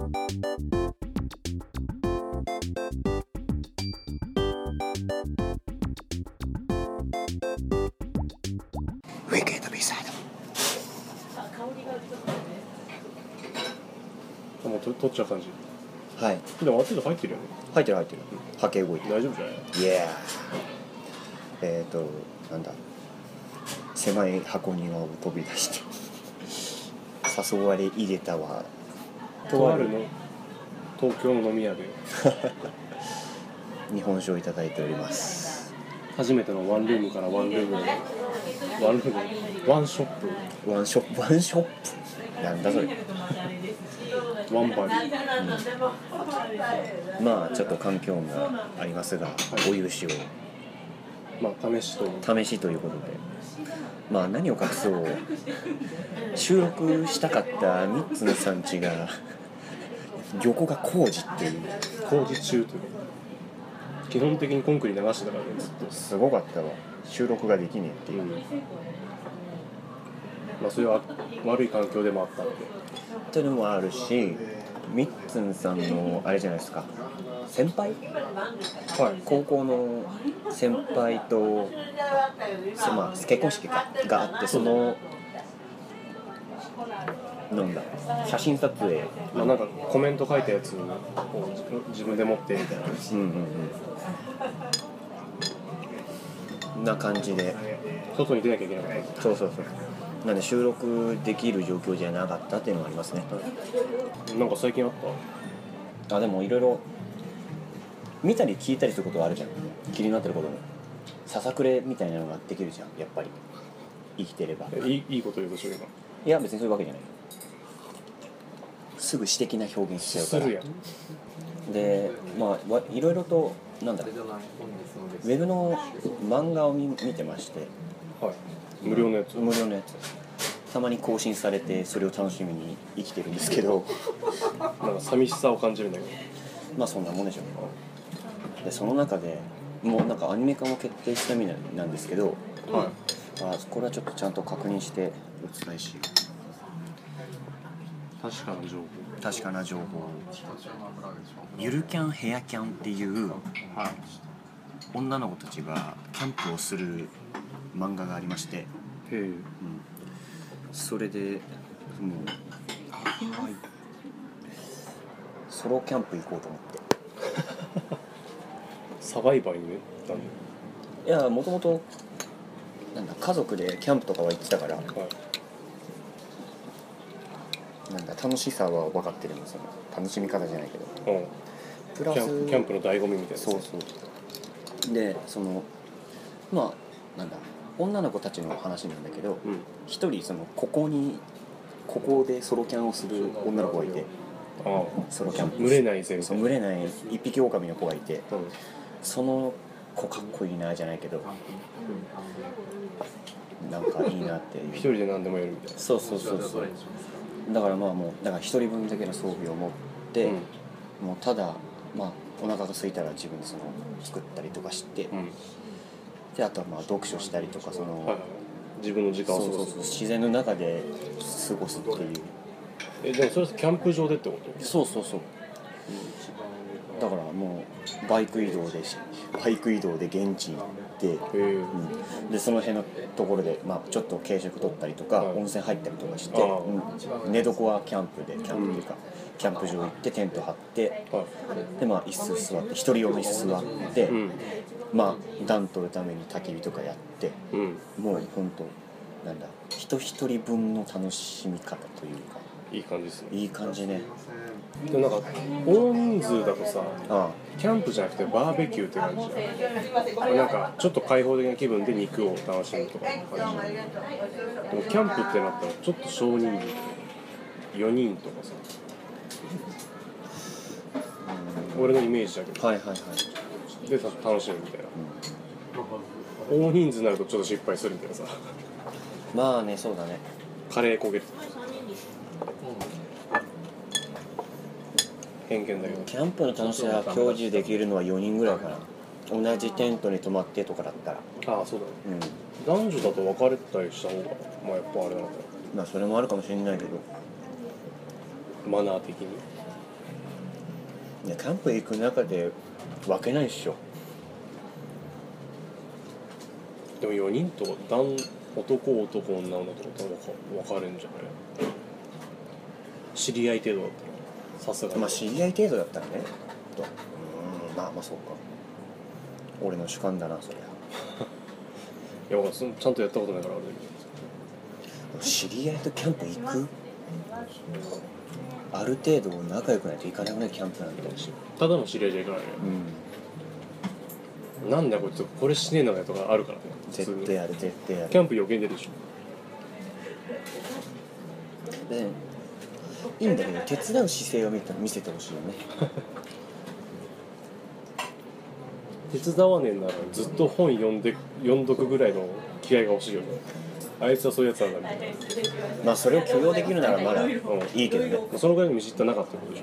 ウィケット B サイド。もう取っちゃう感じ。 はい。 でもある程度入ってるよね。 入ってる。波形動いてる。 大丈夫じゃない？ イエー。なんだ。狭い箱庭を飛び出して誘われ入れたわ。 とあるの東京の飲み屋で日本酒をいただいております。 初めてのワンルームからワンルームへワンショップなんだそれ。 ワンバリ、 まあちょっと環境もありますが、お許しをまあ試しということで、まあ何を隠そう収録したかったミッツの産地が漁港が工事っていう工事中というか基本的にコンクリ流してたからねずっと。 すごかったわ。収録ができねえっていう、 まあそれは悪い環境でもあったのでというのもあるし、ミッツンさんのあれじゃないですか、先輩、 はい、 高校の先輩と、まあ、結婚式があって、そのなんだ写真撮影、 まあなんかコメント書いたやつを自分で持ってみたいな、 な感じで外に出なきゃいけなかった。 そうなんで収録できる状況じゃなかったっていうのがありますね。 なんか最近あった？ でもいろいろ見たり聞いたりすることがあるじゃん。気になってることもささくれみたいなのができるじゃん、やっぱり生きてれば。 いいこと言うとしよう今。 いや別にそういうわけじゃない。すぐ詩的な表現しちゃうから。 するやん。 でまあいろいろとなんだウェブの漫画を見てまして、 はい、無料のやつたまに更新されて、それを楽しみに生きてるんですけどなんか寂しさを感じるんだけど、 まあそんなもんでしょう。でその中でもうなんかアニメ化も決定したみたいなんですけど、 はい、 これはちょっとちゃんと確認してお伝えしよう。 確かな情報。 ゆるキャンヘアキャンっていう、女の子たちがキャンプをする漫画がありまして、それでもう、ソロキャンプ行こうと思ってサバイバーにねなんで。 いやもともとなんだ家族でキャンプとかは行ってたから、なんだ楽しさは分かってるんですよ。楽しみ方じゃないけど、プラスキャンプの醍醐味みたいな。 そうでまあなんだ女の子たちの話なんだけど、一人ここでソロキャンをする女の子がいて、ソロキャンプ群れないぜみたいな。 群れない一匹狼の子がいて、その子かっこいいなじゃないけど、なんかいいなっていう。 一人で何でもやるみたいな。 そうだからもう一人分だけの装備を持って、もうただお腹が空いたら自分で作ったりとかして、であとは読書したりとか自分の時間を過ごす。 自然の中で過ごすっていう。 でもそれはキャンプ場でってこと？ そうだからもうバイク移動で現地に行って、でその辺のところで、ちょっと軽食取ったりとか、温泉入ったりとかして、寝床はキャンプっていうか、キャンプ場行ってテント張って、で椅子座って一人用の椅子座って、暖取るために焚き火とかやって、もう本当なんだ人一人分の楽しみ方というか。 いい感じですね。 いい感じね。 でもなんか大人数だとさ、キャンプじゃなくてバーベキューって感じじゃん。なんかちょっと開放的な気分で肉を楽しむとか感じ。でもキャンプってなったらちょっと少人数で4人とかさ、俺のイメージだけど、で楽しむみたいな。大人数になるとちょっと失敗するみたいなさ。 まあね、そうだね。 カレー焦げる。偏見だけど。 キャンプの楽しさが享受できるのは4人ぐらいかな。同じテントに泊まってとかだったら。 そうだね。男女だと別れたりした方がやっぱあれなのかな。 それもあるかもしれないけど、 マナー的に。 いやキャンプ行く中で分けないっしょ。 でも4人と男女女とか分かれんじゃない？知り合い程度だったらさすがに。 まあ知り合い程度だったらねと、まあそうか、俺の主観だなそりゃ。 いやちゃんとやったことないからあれだけど、知り合いとキャンプ行く？ある程度仲良くないといかなくないキャンプなんて。 ただの知り合いじゃいかないね、なんだよこいつこれしねえのかよとかあるからね。 絶対やる絶対やる。 キャンプ余計に出るでしょ。 でいいんだけど手伝う姿勢を見せてほしいよね。 手伝わねえならずっと本読んどくぐらいの気合が欲しいよね。あいつはそういうやつなんだみたいな。 まあそれを許容できるならまだいいけどね、 そのぐらいの見知ったなかったことでし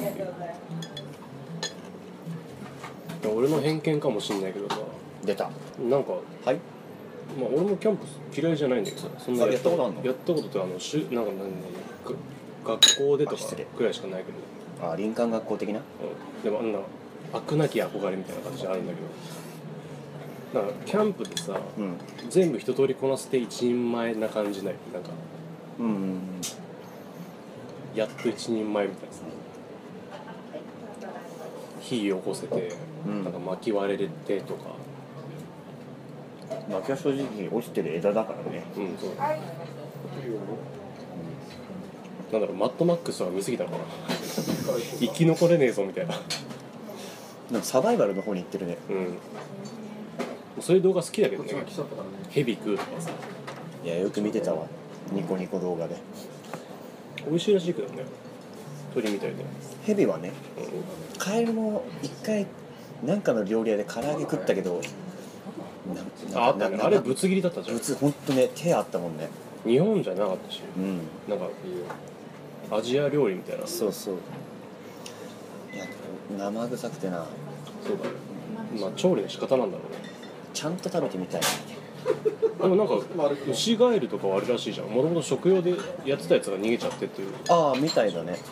ょ、俺の偏見かもしんないけどさ、 出たなんかはい。 まあ俺もキャンプ嫌いじゃないんだけどさ、そんなやったことあんの？ やったことってなんか学校でとかくらいしかないけど。 林間学校的な、 でも飽くなき憧れみたいな感じあるんだけど、なんかキャンプでさ、全部一通りこなして一人前な感じない？なんかやっと一人前みたいなさ、火起こせて、なんか薪割れてとか。 薪は正直落ちてる枝だからね。 そう。なんだろう、マッドマックスは見すぎたのかな。生き残れねえぞみたいな。 なんかサバイバルの方に行ってるね。 そういう動画好きだけどね。ヘビ食うとかさ。 いやよく見てたわ、ニコニコ動画で。 美味しいらしいけどね、鳥みたいで。 ヘビはね、カエルも一回なんかの料理屋で唐揚げ食ったけど、 あったね、あれぶつ切りだったじゃん。 ほんとね、手あったもんね。 日本じゃなかったし、なんかアジア料理みたいな。 そうそう。いや生臭くてな。 そうだね。まあ調理の仕方なんだろうね。 ちゃんと食べてみたい。 でもなんかウシガエルとかはあれらしいじゃん。もともと食用でやってたやつが逃げちゃってっていう。 ああみたいだね。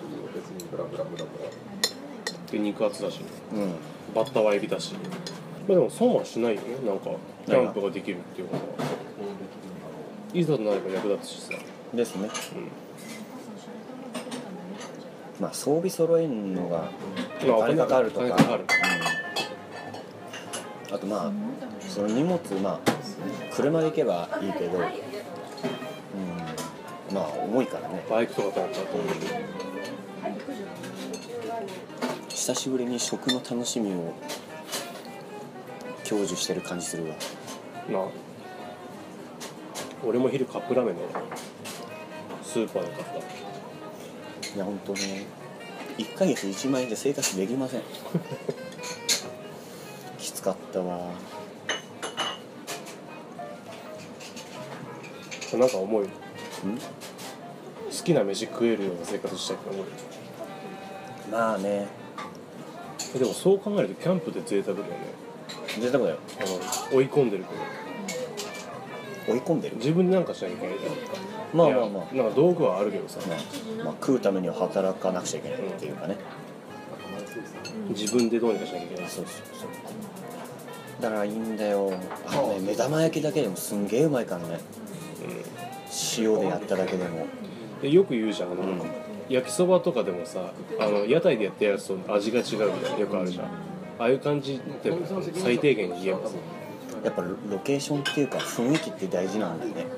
で肉厚だし、バッタはエビだし。まあでも損はしないよね。なんかキャンプができるっていうことは。いざとなれば役立つしさ。 ですね。まあ装備揃えるのがお金かかるとか、あとまあその荷物車で行けばいいけど、まあ重いからね。 バイクとかだったらと思うけど、 久しぶりに食の楽しみを享受してる感じするわ。 まあ俺も昼カップラーメンだからスーパーで買った。 いや本当ね、1ヶ月1万円で生活できません。きつかったわ。 なんか思うよ。好きな飯食えるような生活したいって思うよ。 まあね。 でもそう考えるとキャンプで贅沢だよね。 贅沢だよ。 追い込んでるけど。 追い込んでる？ 自分でなんかしなきゃいけないじゃん。 まあなんか道具はあるけどさ、 まあ食うためには働かなくちゃいけないっていうかね、 自分でどうにかしなきゃいけない。 そうだからいいんだよ。目玉焼きだけでもすんげえうまいからね、塩でやっただけでも。 でよく言うじゃん、焼きそばとかでもさ、屋台でやってるやつと味が違うみたいなよくあるじゃん。ああいう感じって最低限言えばさ、 やっぱロケーションっていうか雰囲気って大事なんだよね。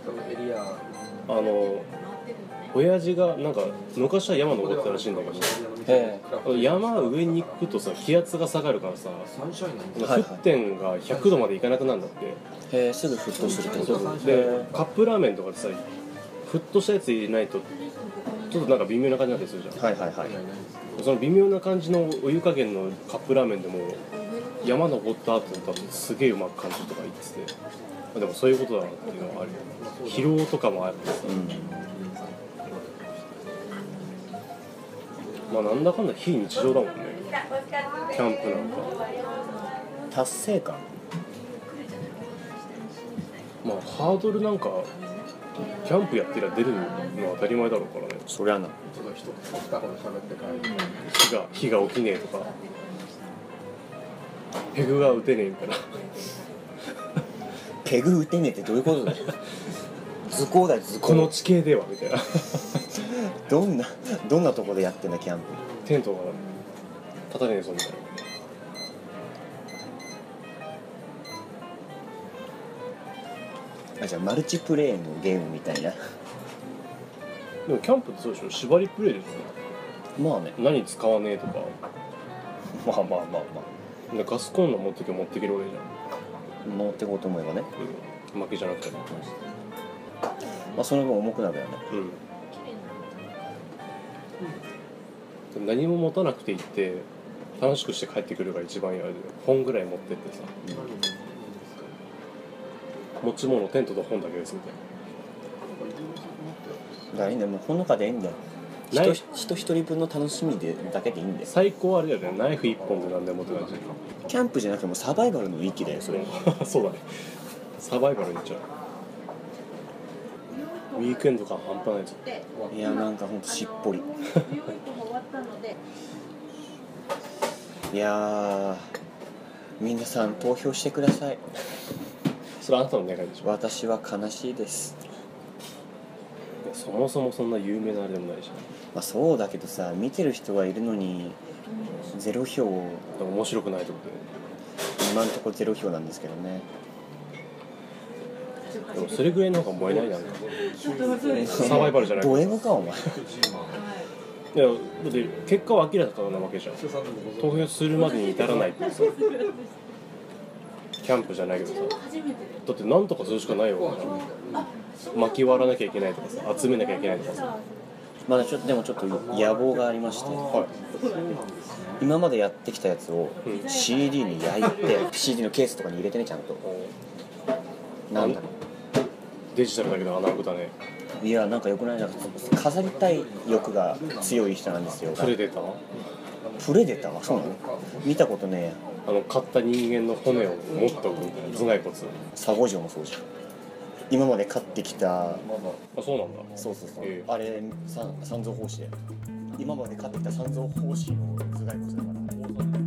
親父がなんか昔は山登ってたらしいんだけど、山上に行くとさ気圧が下がるからさ、沸点が100度までいかなくなるんだって。 すぐ沸騰するってこと？ でカップラーメンとかでさ沸騰したやつ入れないとちょっとなんか微妙な感じになったりするじゃん。その微妙な感じのお湯加減のカップラーメンでも山登った後多分すげえうまく感じるとか言ってて、でもそういうことだなっていうのはあるよ。疲労とかもあるんですよ、まあなんだかんだ非日常だもんね、キャンプなんか。 達成感。 まあハードルなんかキャンプやってりゃ出るのは当たり前だろうからね。 そりゃな。 す火が起きねえとか、ペグが打てねえみたいな。 ペグ打てねえってどういうことだよ。図工だよ、図工。 この地形ではみたいな。 どんなとこでやってんだキャンプ。 テントが立たねえぞみたいな。 じゃあマルチプレイのゲームみたいな。 でもキャンプってそうでしょ、縛りプレイでしょ。まあね、 何使わねえとか。 まあでガスコンロ持ってけば持ってけるわけじゃん。持ってこうと思えばね、 負けじゃなくて。 まあその分重くなるよね。 何も持たなくて行って楽しくして帰ってくるが一番いい。あれで本ぐらい持ってってさ、持ち物テントと本だけですみたいな。だからいいんだよ、もうこの中でいいんだよ。人一人分の楽しみだけでいいんだよ。 最高あれだよね、ナイフ一本で何でもって感じ。 キャンプじゃなくてもサバイバルの域だよそれ。 そうだね、サバイバルにいっちゃう。ウィークエンド感半端ないぞ。 いやなんかほんとしっぽり。いや皆さん投票してください。 それあなたの願いでしょ。 私は悲しいです。 そもそもそんな有名なあれでもないし、 まあそうだけどさ、見てる人はいるのに0票。 面白くないってことで今のところ0票なんですけどね。 でもそれぐらいの方が燃えない。なんかサバイバルじゃないド M かお前。 いやだって結果は明らかなわけじゃん。投票するまでに至らないってさ、キャンプじゃないけどさ、だって何とかするしかないわけじゃん。巻き割らなきゃいけないとかさ、集めなきゃいけないとかさ。 まだでもちょっと野望がありまして、今までやってきたやつを CD に焼いて、CD のケースとかに入れてね、ちゃんと。なんだろう、 デジタルだけどアナログだね。 いやなんかよくない。なんか飾りたい欲が強い人なんですよ。 プレデター？ プレデターはそうなの？見たことねえや。 買った人間の骨を持っとくみたいな頭蓋骨。 佐護城もそうじゃん。今まで飼ってきた。 あ、そうなんだ。 そう、あれ三蔵法師で、今まで飼ってきた三蔵法師の頭蓋骨だから。